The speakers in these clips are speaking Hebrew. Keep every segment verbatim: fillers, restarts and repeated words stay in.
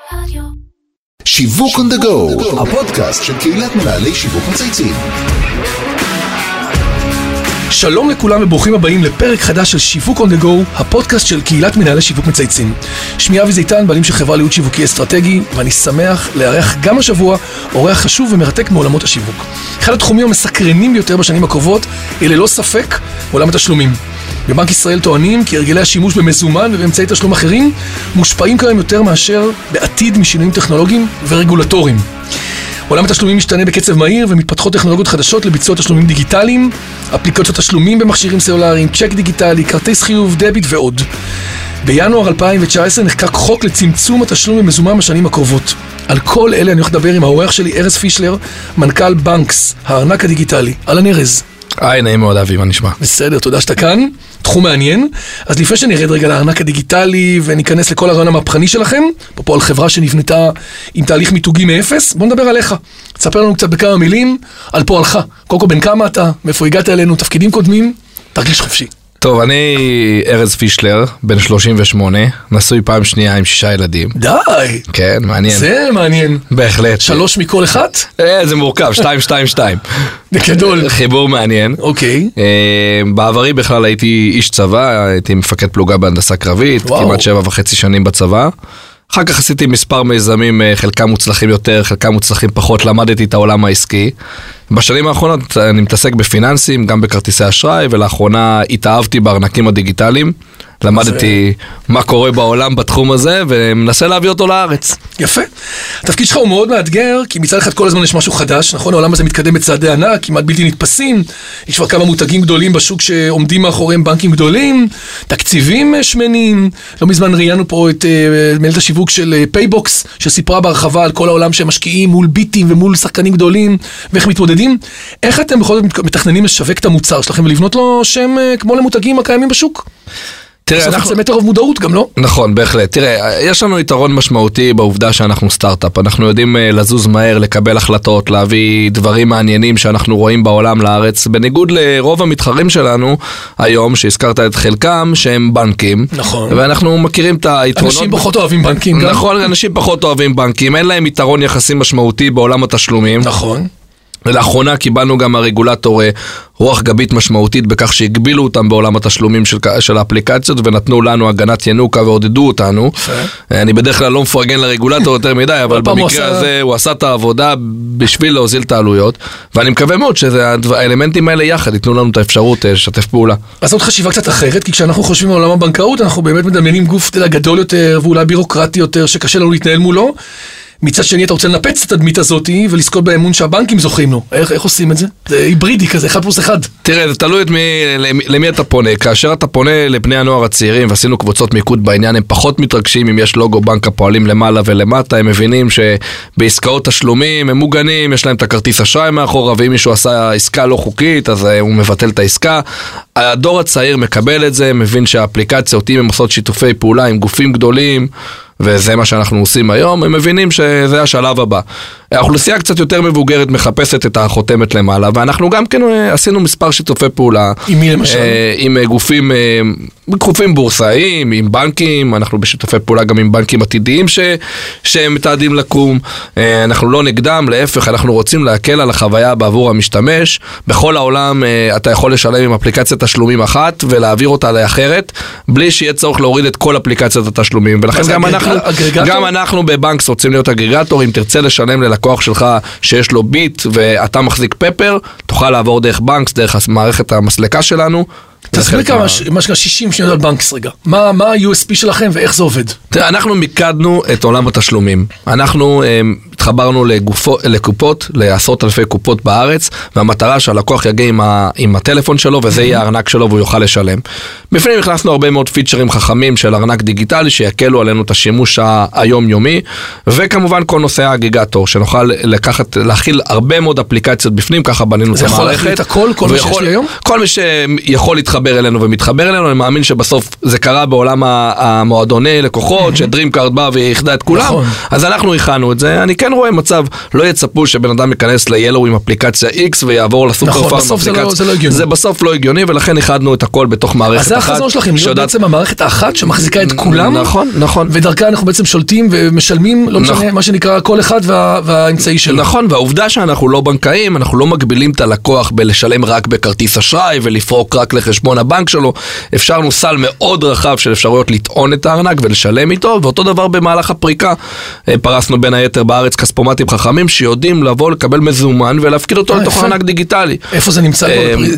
שיווק on the go, הפודקאסט של קהילת מנהלי שיווק מצייצים. שלום לכולם וברוכים הבאים לפרק חדש של שיווק on the go, הפודקאסט של קהילת מנהלי שיווק מצייצים. שמי אבי זיתן, בעלים של חברה לייעוץ שיווקי אסטרטגי, ואני שמח לארח גם השבוע אורח חשוב ומרתק מעולמות השיווק. אחד התחומים המסקרנים ביותר בשנים הקרובות, היא ללא ספק עולם התשלומים. בבנק ישראל טוענים כי הרגלי השימוש במזומן ובאמצעי תשלום אחרים מושפעים כיום יותר מאשר בעתיד משינויים טכנולוגיים ורגולטוריים. עולם התשלומים משתנה בקצב מהיר ומתפתחות טכנולוגיות חדשות לביצוע תשלומים דיגיטליים, אפליקציות תשלומים במכשירים סלולריים, צ'ק דיגיטלי, כרטיס חיוב, דביט ועוד. בינואר אלפיים תשע עשרה נחקק חוק לצמצום התשלום במזומן בשנים הקרובות. על כל אלה אני הולך לדבר עם האורח שלי, ארז פישלר, מנכ"ל בנקס, הארנק הדיגיטלי. אהלן ארז. היי, נעים מאוד אבי, מה נשמע? בסדר, תודה שאתה כאן, תחום מעניין. אז לפני שנרד רגע לארנק הדיגיטלי וניכנס לכל הרעיון המהפכני שלכם, פה על חברה שנבנתה עם תהליך מיתוגי מאפס, בוא נדבר עליך. תספר לנו קצת בכמה מילים על פועלך. קודם כל, בן כמה אתה, מאיפה הגעת אלינו, תפקידים קודמים, תרגיש חופשי. טוב, אני ארז פישלר, בן שלושים ושמונה, נשוי פעם שנייה עם שישה ילדים. די! כן, מעניין. זה מעניין. בהחלט. שלוש מכל אחד? אה, זה מורכב, שתיים, שתיים, שתיים. בגדול. חיבור מעניין. אוקיי. בעברי בכלל הייתי איש צבא, הייתי מפקד פלוגה בהנדסה קרבית, כמעט שבע וחצי שנים בצבא. אחר כך עשיתי מספר מיזמים, חלקם מוצלחים יותר, חלקם מוצלחים פחות, למדתי את העולם העסקי. בשנים האחרונות אני מתעסק בפיננסים, גם בכרטיסי אשראי, ולאחרונה התאהבתי בארנקים הדיגיטליים. למדתי מה קורה בעולם בתחום הזה, ומנסה להביא אותו לארץ. יפה. התפקיד שלך הוא מאוד מאתגר, כי מצד אחד כל הזמן יש משהו חדש, נכון? העולם הזה מתקדם בצעדי ענק, כמעט בלתי נתפסים, יש כבר כמה מותגים גדולים בשוק שעומדים מאחוריהם בנקים גדולים, תקציבים שמנים, לא מזמן ראיינו פה את uh, מנהלת השיווק של פייבוקס, שסיפרה בהרחבה על כל העולם שהם משקיעים מול ביטים ומול שחקנים גדולים, ואיך מתמודדים. איך אתם בכל זאת מתכננים לשווק את המוצר שלכם ולבנות לו שם uh, כמו למותגים הקיימים בשוק? תראה, אנחנו... זה מטר רוב מודעות גם, לא? נכון, בהחלט. תראה, יש לנו יתרון משמעותי בעובדה שאנחנו סטארט-אפ. אנחנו יודעים לזוז מהר, לקבל החלטות, להביא דברים מעניינים שאנחנו רואים בעולם לארץ, בניגוד לרוב המתחרים שלנו היום, שהזכרת את חלקם, שהם בנקים. נכון. ואנחנו מכירים את היתרונות... אנשים פחות אוהבים בנקים גם. נכון, אנשים פחות אוהבים בנקים. אין להם יתרון יחסי משמעותי בעולם התשלומים. נכון. ולאחרונה קיבלנו גם הרגולטור רוח גבית משמעותית בכך שהגבילו אותם בעולם התשלומים של, של האפליקציות ונתנו לנו הגנת ינוקה ועודדו אותנו. אני בדרך כלל לא מפרגן לרגולטור יותר מדי, אבל במקרה הזה הוא עשה את העבודה בשביל להוזיל את העלויות, ואני מקווה מאוד שהאלמנטים האלה יחד ייתנו לנו את האפשרות לשתף פעולה. אז זאת חשיבה קצת אחרת, כי כשאנחנו חושבים על עולם הבנקאות, אנחנו באמת מדמיינים גוף גדול יותר ואולי בירוקרטי יותר שקשה לנו להתנהל מולו. מצד שני אתה רוצה לנפץ את התדמית הזאת ולזכות באמון שהבנקים זוכים לו. איך, איך עושים את זה? זה היברידי כזה, אחד פלוס אחד. תראה, זה תלוי את מי, למי, למי אתה פונה. כאשר אתה פונה לבני הנוער הצעירים, ועשינו קבוצות מיקוד בעניין, הם פחות מתרגשים אם יש לוגו בנק הפועלים למעלה ולמטה, הם מבינים שבעסקאות תשלומים הם מוגנים, יש להם את הכרטיס אשראי מאחורה, ואם מישהו עשה עסקה לא חוקית, אז הוא מבטל את העסקה. הדור הצעיר מקבל את זה, מבין שהאפליקציות, אם הם עושות שיתופי פעולה עם גופים גדולים, וזה מה שאנחנו עושים היום, הם מבינים שזה השלב הבא. האוכלוסייה קצת יותר מבוגרת מחפשת את החותמת למעלה, ואנחנו גם כן עשינו מספר שיתופי פעולה. עם מי למשל? עם גופים, גופים בורסאיים, עם בנקים, אנחנו בשיתופי פעולה גם עם בנקים עתידיים ש, שהם מתעדים לקום. אנחנו לא נגדם, להפך, אנחנו רוצים להקל על החוויה בעבור המשתמש. בכל העולם אתה יכול לשלם עם אפליקציית תשלומים אחת, ולהעביר אותה לאחרת, בלי שיהיה צורך להוריד את כל אפליקציית התשלומים. ולכן גם אנחנו, גם אנחנו בבנקס רוצים להיות אגרגטור. אם תרצה לשלם ללקוח שלך שיש לו ביט ואתה מחזיק פפר, תוכל לעבור דרך בנקס, דרך מערכת המסלקה שלנו. תסביר כמה, מה שקרה שישים שניות על בנקס רגע. מה, מה ה-יו אס פי שלכם ואיך זה עובד? תראה, אנחנו מיקדנו את עולם התשלומים. אנחנו התחברנו לגופו, לקופות, לעשרות אלפי קופות בארץ, והמטרה שהלקוח יגיע עם, ה, עם הטלפון שלו, וזה יהיה הארנק שלו והוא יוכל לשלם. בפנים הכנסנו הרבה מאוד פיצ'רים חכמים של ארנק דיגיטלי, שיקלו עלינו את השימוש היומיומי, וכמובן כל נושא האגרגטור, שנוכל לקחת, להכיל הרבה מאוד אפליקציות בפנים, ככה בנינו את המערכת. זה יכול להכיל את הכל, כל מי שיש לי היום? כל מי שיכול להתחבר אלינו ומתחבר אלינו, אני מאמין שבסוף זה קרה בעולם המועדוני לקוחות, שדרים קארד בא ויחדה את כולם, אז אנחנו הכנו את זה. אני כן רואה מצב, לא יצפו שבן אדם ייכנס ל-Yellow עם אפליקציה X ויעבור לסופר פארם אפליקציה. זה בסוף לא הגיוני, ולכן הכנו את הכל בתוך מערכת החזון שלכם, להיות בעצם המערכת האחת שמחזיקה את כולם. נכון, נכון. ודרכה אנחנו בעצם שולטים ומשלמים, לא משנה מה שנקרא כל אחד והאמצעי שלו. נכון, והעובדה שאנחנו לא בנקאים, אנחנו לא מגבילים את הלקוח בלשלם רק בכרטיס אשראי ולפרוק רק לחשבון הבנק שלו. אפשרנו סל מאוד רחב של אפשרויות לטעון את הארנק ולשלם איתו, ואותו דבר במהלך הפריקה. פרסנו בין היתר בארץ כספומטים חכמים שיודעים לבוא לקבל מזומן ולהפקיד אותו לתוך ארנק דיגיטלי. איפה זה נמצא?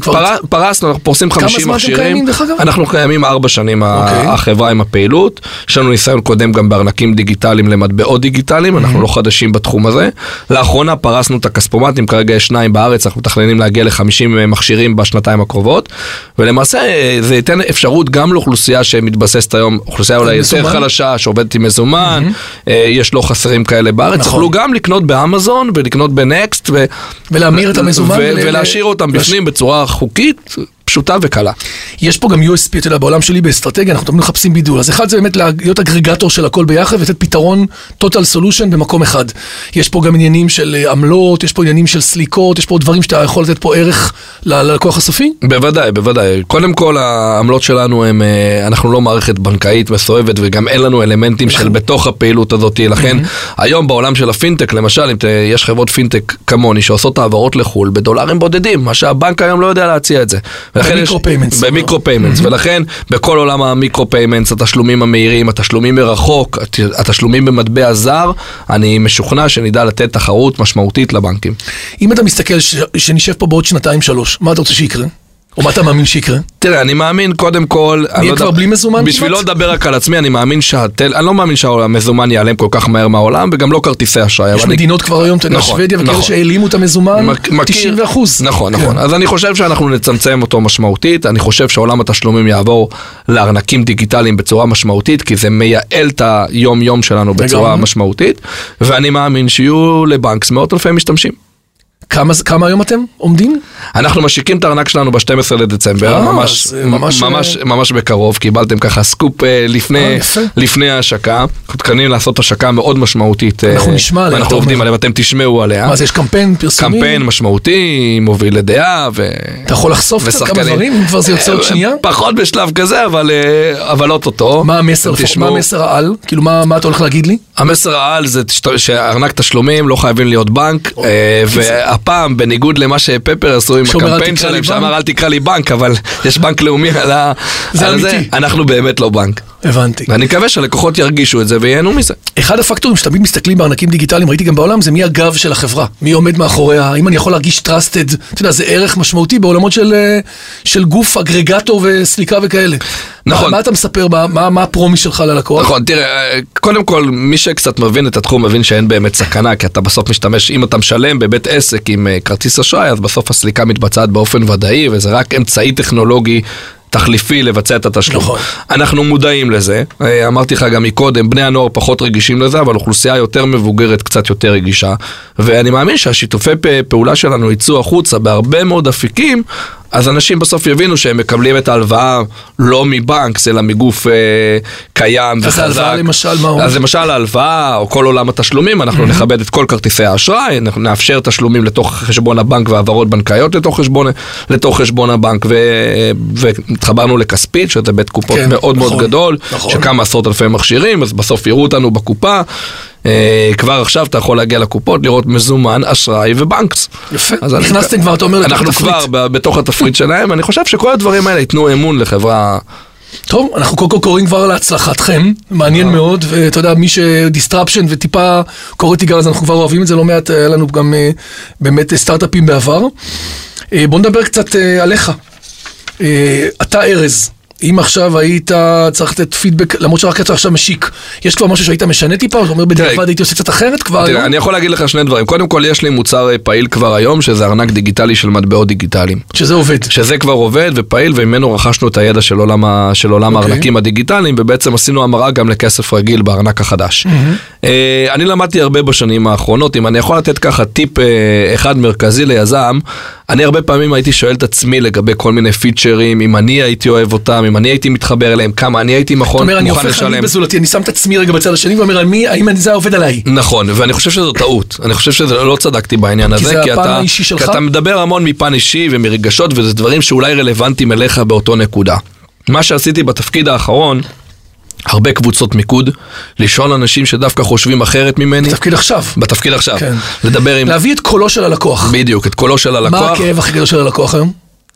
פרסנו, אנחנו פורסים חמישים מכשירים. כמה זמן אתם קיימים דרך אגב? אנחנו קיימים ארבע שנים החברה עם הפעילות. יש לנו ניסיון קודם גם בארנקים דיגיטליים למטבעות דיגיטליים, אנחנו לא חדשים בתחום הזה. לאחרונה פרסנו את הכספומטים, כרגע יש שניים בארץ, אנחנו מתכננים להגיע ל-חמישים מכשירים בשנתיים הקרובות, ולמעשה זה ייתן אפשרות גם לאוכלוסייה שמתבססת היום, אוכלוסייה אולי יותר חלשה, שעובדת עם מזומן, יש לא חסרים כאלה בארץ, תוכלו גם לקנות באמזון ולקנות בנקסט ולהמיר את המזומן ולהשאיר אותם בפנים בצורה חוקית פשוטה וקלה. יש פה גם יו אס פי, אתה יודע, בעולם שלי באסטרטגיה, אנחנו תמיד מחפשים בידול. אז אחד זה באמת להיות אגרגטור של הכל ביחד, ולתת פתרון total solution במקום אחד. יש פה גם עניינים של עמלות, יש פה עניינים של סליקות, יש פה דברים שאתה יכול לתת פה ערך ללקוח הסופי? בוודאי, בוודאי. קודם כל, העמלות שלנו הם, אנחנו לא מערכת בנקאית מסואבת, וגם אין לנו אלמנטים של בתוך הפעילות הזאת. לכן, היום בעולם של הפינטק, למשל, אם יש חברות פינטק כמוני שעושות העברות לחול בדולרים בודדים, מה שהבנק היום לא יודע להציע את זה. במיקרו-פיימנטס. במיקרו-פיימנטס, ולכן בכל עולם המיקרו-פיימנטס, התשלומים המהירים, התשלומים מרחוק, התשלומים במטבע זר, אני משוכנע שנדע לתת תחרות משמעותית לבנקים. אם אתה מסתכל שנשב פה בעוד שנתיים שלוש, מה אתה רוצה שיקרה? או מה אתה מאמין שיקרה? תראה, אני מאמין קודם כל... נהיה כבר בלי מזומן? בשביל לא לדבר רק על עצמי, אני מאמין שהטל... אני לא מאמין שהמזומן ייעלם כל כך מהר מהעולם, וגם לא כרטיסי אשראי. יש מדינות כבר היום, תנאה שוודיה, וכאלה שהעלימו את המזומן תשעים אחוז. נכון, נכון. אז אני חושב שאנחנו נצמצם אותו משמעותית, אני חושב שעולם התשלומים יעבור לארנקים דיגיטליים בצורה משמעותית, כי זה מייעל את היום-יום שלנו בצורה משמעותית, ואני מאמין שיהיו לבנקס מאות אלפי משתמשים. כמה, כמה היום אתם עומדים? אנחנו משיקים את הארנק שלנו ב-שנים עשר לדצמבר, ממש, ממש, ממש, ממש בקרוב, קיבלתם ככה סקופ לפני, לפני ההשקה, אנחנו מתכוונים לעשות השקה מאוד משמעותית, אנחנו נשמע עליה, אנחנו עובדים עליה, ואתם תשמעו עליה. מה זה, יש קמפיין פרסומי? קמפיין משמעותי, מוביל לדעה, ו... אתה יכול לחשוף קצת כמה דברים, אם כבר זה יוצא עוד שנייה? פחות בשלב כזה, אבל, אבל לא אותו. מה המסר, מה המסר העל? כאילו, מה, מה אתה הולך להגיד לי? המסר העל זה שארנק תשלומים לא חייבים להיות בנק, והפעם, בניגוד למה שפפר עשו עם הקמפיין שלהם, שאמר אל תקרא לי בנק, אבל יש בנק לאומי על זה, אנחנו באמת לא בנק. הבנתי. ואני מקווה שהלקוחות ירגישו את זה ויהנו מזה. אחד הפקטורים שתמיד מסתכלים בארנקים דיגיטליים, ראיתי גם בעולם, זה מי הגב של החברה, מי עומד מאחוריה, אם אני יכול להרגיש trusted, אתה יודע, זה ערך משמעותי בעולמות של, של גוף, אגרגטור וסליקה וכאלה. נכון. מה אתה מספר, מה, מה הפרומי שלך ללקוח? נכון, תראה, קודם כל, מי שקצת מבין את התחום, מבין שאין באמת סכנה, כי אתה בסוף משתמש, אם אתה משלם בבית עסק עם כרטיס אשראי, אז בסוף הסליקה מתבצעת באופן ודאי, וזה רק אמצעי טכנולוגי תחליפי לבצע את התשלום. נכון. אנחנו מודעים לזה, אמרתי לך גם מקודם, בני הנוער פחות רגישים לזה, אבל אוכלוסייה יותר מבוגרת קצת יותר רגישה, ואני מאמין שהשיתופי פעולה שלנו יצאו החוצה בהרבה מאוד אפיקים, אז אנשים בסוף יבינו שהם מקבלים את ההלוואה לא מבנק, אלא מגוף אה, קיים וחזק. אז ההלוואה למשל מה הוא? אז למשל ההלוואה או כל עולם התשלומים, אנחנו mm-hmm. נכבד את כל כרטיסי האשראי, אנחנו נאפשר תשלומים לתוך חשבון הבנק והעברות בנקאיות לתוך חשבון, לתוך חשבון הבנק, ו, והתחברנו לכספית, שזה בית קופות כן, מאוד נכון, מאוד גדול, נכון. שכמה עשרות אלפי מכשירים, אז בסוף יראו אותנו בקופה, Uh, כבר עכשיו אתה יכול להגיע לקופות, לראות מזומן, אשראי ובנקס. יפה, נכנסתם כבר, אתה אומר לתוך התפריט. אנחנו כבר בתוך התפריט שלהם, אני חושב שכל הדברים האלה ייתנו אמון לחברה. טוב, אנחנו קודם כל קוראים כבר להצלחתכם, מעניין מאוד, ואתה יודע, מי שדיסטרפשן וטיפה קורא תיגר, אז אנחנו כבר אוהבים את זה, לא מעט, היה לנו גם באמת סטארט-אפים בעבר. בוא נדבר קצת עליך. אתה ארז. אם עכשיו היית צריך לתת פידבק, למרות שרק אתה עכשיו משיק, יש כבר משהו שהיית משנה טיפה, או אתה אומר בדיעבד הייתי עושה קצת אחרת כבר היום? אני יכול להגיד לך שני דברים. קודם כל, יש לי מוצר פעיל כבר היום, שזה ארנק דיגיטלי של מטבעות דיגיטליים. שזה עובד. שזה כבר עובד ופעיל, וממנו רכשנו את הידע של עולם הארנקים הדיגיטליים, ובעצם עשינו המראה גם לכסף רגיל בארנק החדש. אני למדתי הרבה בשנים האחרונות, אם אני יכול לתת ככה טיפ אחד מרכזי ליזם, אני הרבה פעמים הייתי שואל את עצמי לגבי כל מיני פיצ'רים, אם אני הייתי אוהב אותם, אם אני הייתי מתחבר אליהם, כמה אני הייתי מוכן לשלם. זאת אומרת, אני הופך אני בזולתי, אני שם את עצמי רגע בצד השני, ואומר, האם זה עובד עליי? נכון, ואני חושב שזו טעות. אני חושב שלא צדקתי בעניין הזה, כי אתה מדבר המון מפן אישי ומרגשות, וזה דברים שאולי רלוונטיים אליך באותו נקודה. מה שעשיתי בתפקיד האחרון, הרבה קבוצות מיקוד, לשאול אנשים שדווקא חושבים אחרת ממני. בתפקיד עכשיו. בתפקיד עכשיו. כן. לדבר עם... להביא את קולו של הלקוח. בדיוק, את קולו של הלקוח. מה הכאב הכי גדול של הלקוח היום?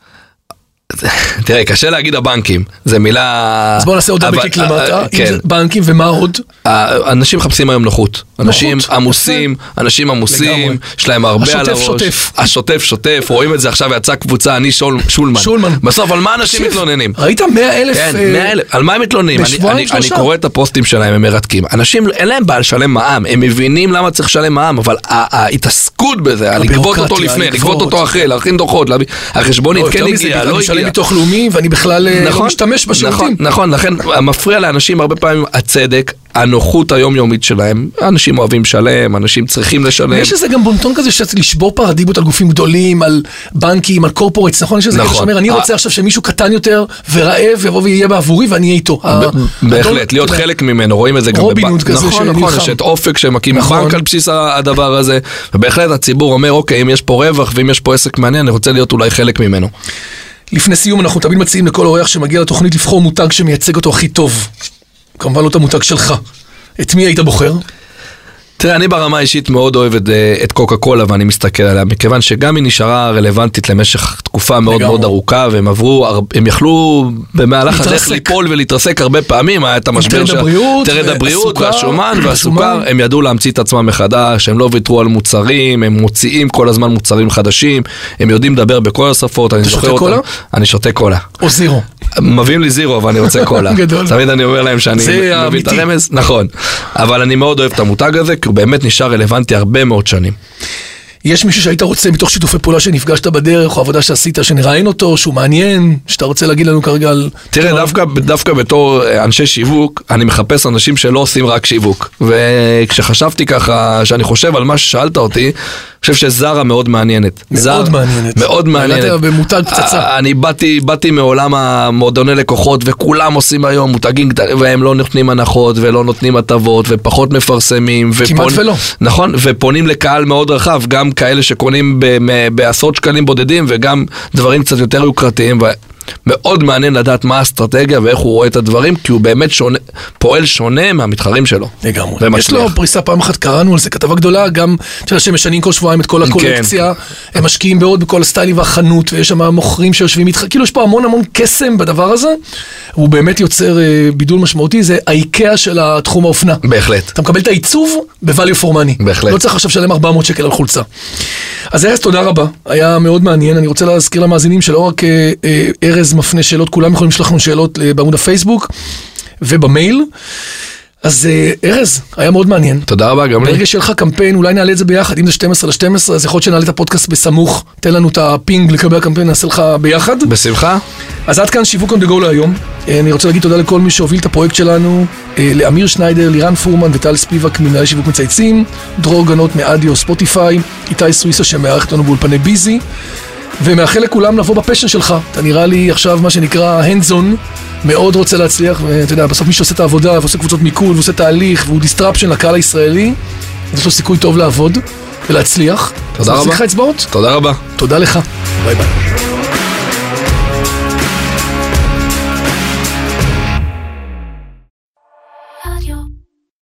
תראה, קשה להגיד הבנקים, זה מילה... אז בואו נעשה עוד דבקיק למטה, כן. בנקים ומה עוד? אנשים מחפשים היום נוחות, אנשים עמוסים, אנשים עמוסים, יש להם הרבה על הראש. השוטף שוטף. השוטף שוטף, רואים את זה עכשיו, יצאה קבוצה, אני שולמן. שולמן. בסוף, על מה אנשים מתלוננים? ראית מאה אלף? כן, מאה אלף, על מה הם מתלוננים? אני קורא את הפוסטים שלהם, הם מרתקים. אנשים, אין להם בעיה לשלם מע"מ, הם מבינים למה צריך לשלם מע"מ, אבל ההתעסקות בזה, לגבות אותו לפני, לגבות אותו אחרי, להכין דוחות, החשבונית כן הגיעה, לא הגיעה. ביטוח לאומי, ואני בכלל לא משתמש בשירותים. נכון, לכן מפריע לאנשים הרבה פעמים הצדק, הנוחות היומיומית שלהם. אנשים אוהבים לשלם, אנשים צריכים לשלם. יש איזה גם בונטון כזה שצריך לשבור פרדיגמות על גופים גדולים, על בנקים, על קורפורטס, נכון? יש איזה כזה שאומר, אני רוצה עכשיו שמישהו קטן יותר ורעב יבוא ויהיה בעבורי ואני אהיה איתו. בהחלט, להיות חלק ממנו, רואים את זה גם רובין כזה. נכון, נכון, יש את אופק שמקים בנק על בסיס הדבר הזה, ובהחלט הציבור אומר, אוקיי, אם יש פה רווח ואם יש פה עסק מעניין, אני רוצה להיות אולי חלק ממנו. לפני סיום אנחנו תמיד מציעים לכל אורח שמגיע לתוכנית לבחור מותג שמייצג אותו הכי טוב. כמובן לא את המותג שלך. את מי היית בוחר? תראה, אני ברמה האישית מאוד אוהב את, את קוקה קולה ואני מסתכל עליה, מכיוון שגם היא נשארה רלוונטית למשך תקופה מאוד מאוד ארוכה, והם עברו, הם יכלו במהלך הדרך ליפול ולהתרסק הרבה פעמים, היה את המשבר של תרד הבריאות והשומן והסוכר, הם ידעו להמציא את עצמם מחדש, הם לא ויתרו על מוצרים, הם מוציאים כל הזמן מוצרים חדשים, הם יודעים לדבר בכל השפות. אתה שותה קולה? אני שותה קולה. או זירו? מביאים לי זירו, אבל אני רוצה קולה. תמיד אני אומר להם שאני מביא את הרמז. נכון. אבל אני מאוד אוהב את המותג הזה, כי הוא באמת נשאר רלוונטי הרבה מאוד שנים. יש מישהו שהיית רוצה מתוך שיתופי פעולה שנפגשת בדרך, או עבודה שעשית, שנראיין אותו, שהוא מעניין, שאתה רוצה להגיד לנו כרגע על... תראה, דווקא, דווקא בתור אנשי שיווק, אני מחפש אנשים שלא עושים רק שיווק. וכשחשבתי ככה, שאני חושב על מה ששאלת אותי, אני חושב שזרה מאוד מעניינת. מאוד מעניינת. מאוד מעניינת. עלת במותג פצצה. אני באתי, באתי מעולם המועדוני לקוחות, וכולם עושים היום מותגים, והם לא נותנים הנחות, ולא נותנים הטבות, ופחות מפרסמים. כמעט ולא. נכון, ופונים לקהל מאוד רחב, גם כאלה שקונים בעשרות שקלים בודדים, וגם דברים קצת יותר יוקרתיים, מאוד מעניין לדעת מה האסטרטגיה ואיך הוא רואה את הדברים, כי הוא באמת שונה, פועל שונה מהמתחרים שלו. לגמרי. יש לו פריסה, פעם אחת קראנו על זה, כתבה גדולה, גם שהם משנים כל שבועיים את כל הקולקציה, הם משקיעים בעוד בכל הסטיילים והחנות, ויש שם מוכרים שיושבים איתך, כאילו יש פה המון המון קסם בדבר הזה, הוא באמת יוצר בידול משמעותי, זה האיקאה של התחום האופנה. בהחלט. אתה מקבל את העיצוב ב-value for money. בהחלט. לא צריך עכשיו לשלם ארבע מאות שקל על חולצה. אז ארז, תודה רבה. היה מאוד מעניין. אני רוצה להזכיר למאזינים שלא רק ארז מפנה שאלות, כולם יכולים לשלוח לנו שאלות בעמוד הפייסבוק ובמייל. אז ארז, היה מאוד מעניין. תודה רבה, גם לי. ברגע שלך קמפיין, אולי נעלה את זה ביחד, אם זה שתים עשרה לשתים עשרה, אז יכול להיות שנעלה את הפודקאסט בסמוך, תן לנו את הפינג לקבל הקמפיין, נעשה לך ביחד. בשמחה. אז עד כאן שיווק on the go להיום. אני רוצה להגיד תודה לכל מי שהוביל את הפרויקט שלנו, לאמיר שניידר, לירן פורמן וטל ספיבק ממנהלי שיווק מצייצים, דרור גנות מאדיו ספוטיפיי, איתי סוויסה שמארח אותנו באולפני ביזי, ומאחל לכולם לבוא בפשן שלך. אתה נראה לי עכשיו מה שנקרא hands on, מאוד רוצה להצליח, ואתה יודע, בסוף מי שעושה את העבודה, ועושה קבוצות מיקוד, ועושה תהליך, והוא דיסטרפשן לקהל הישראלי, אז יש לו סיכוי טוב לעבוד ולהצליח. תודה רבה. אז מחזיק לך אצבעות? תודה רבה. תודה לך. ביי ביי.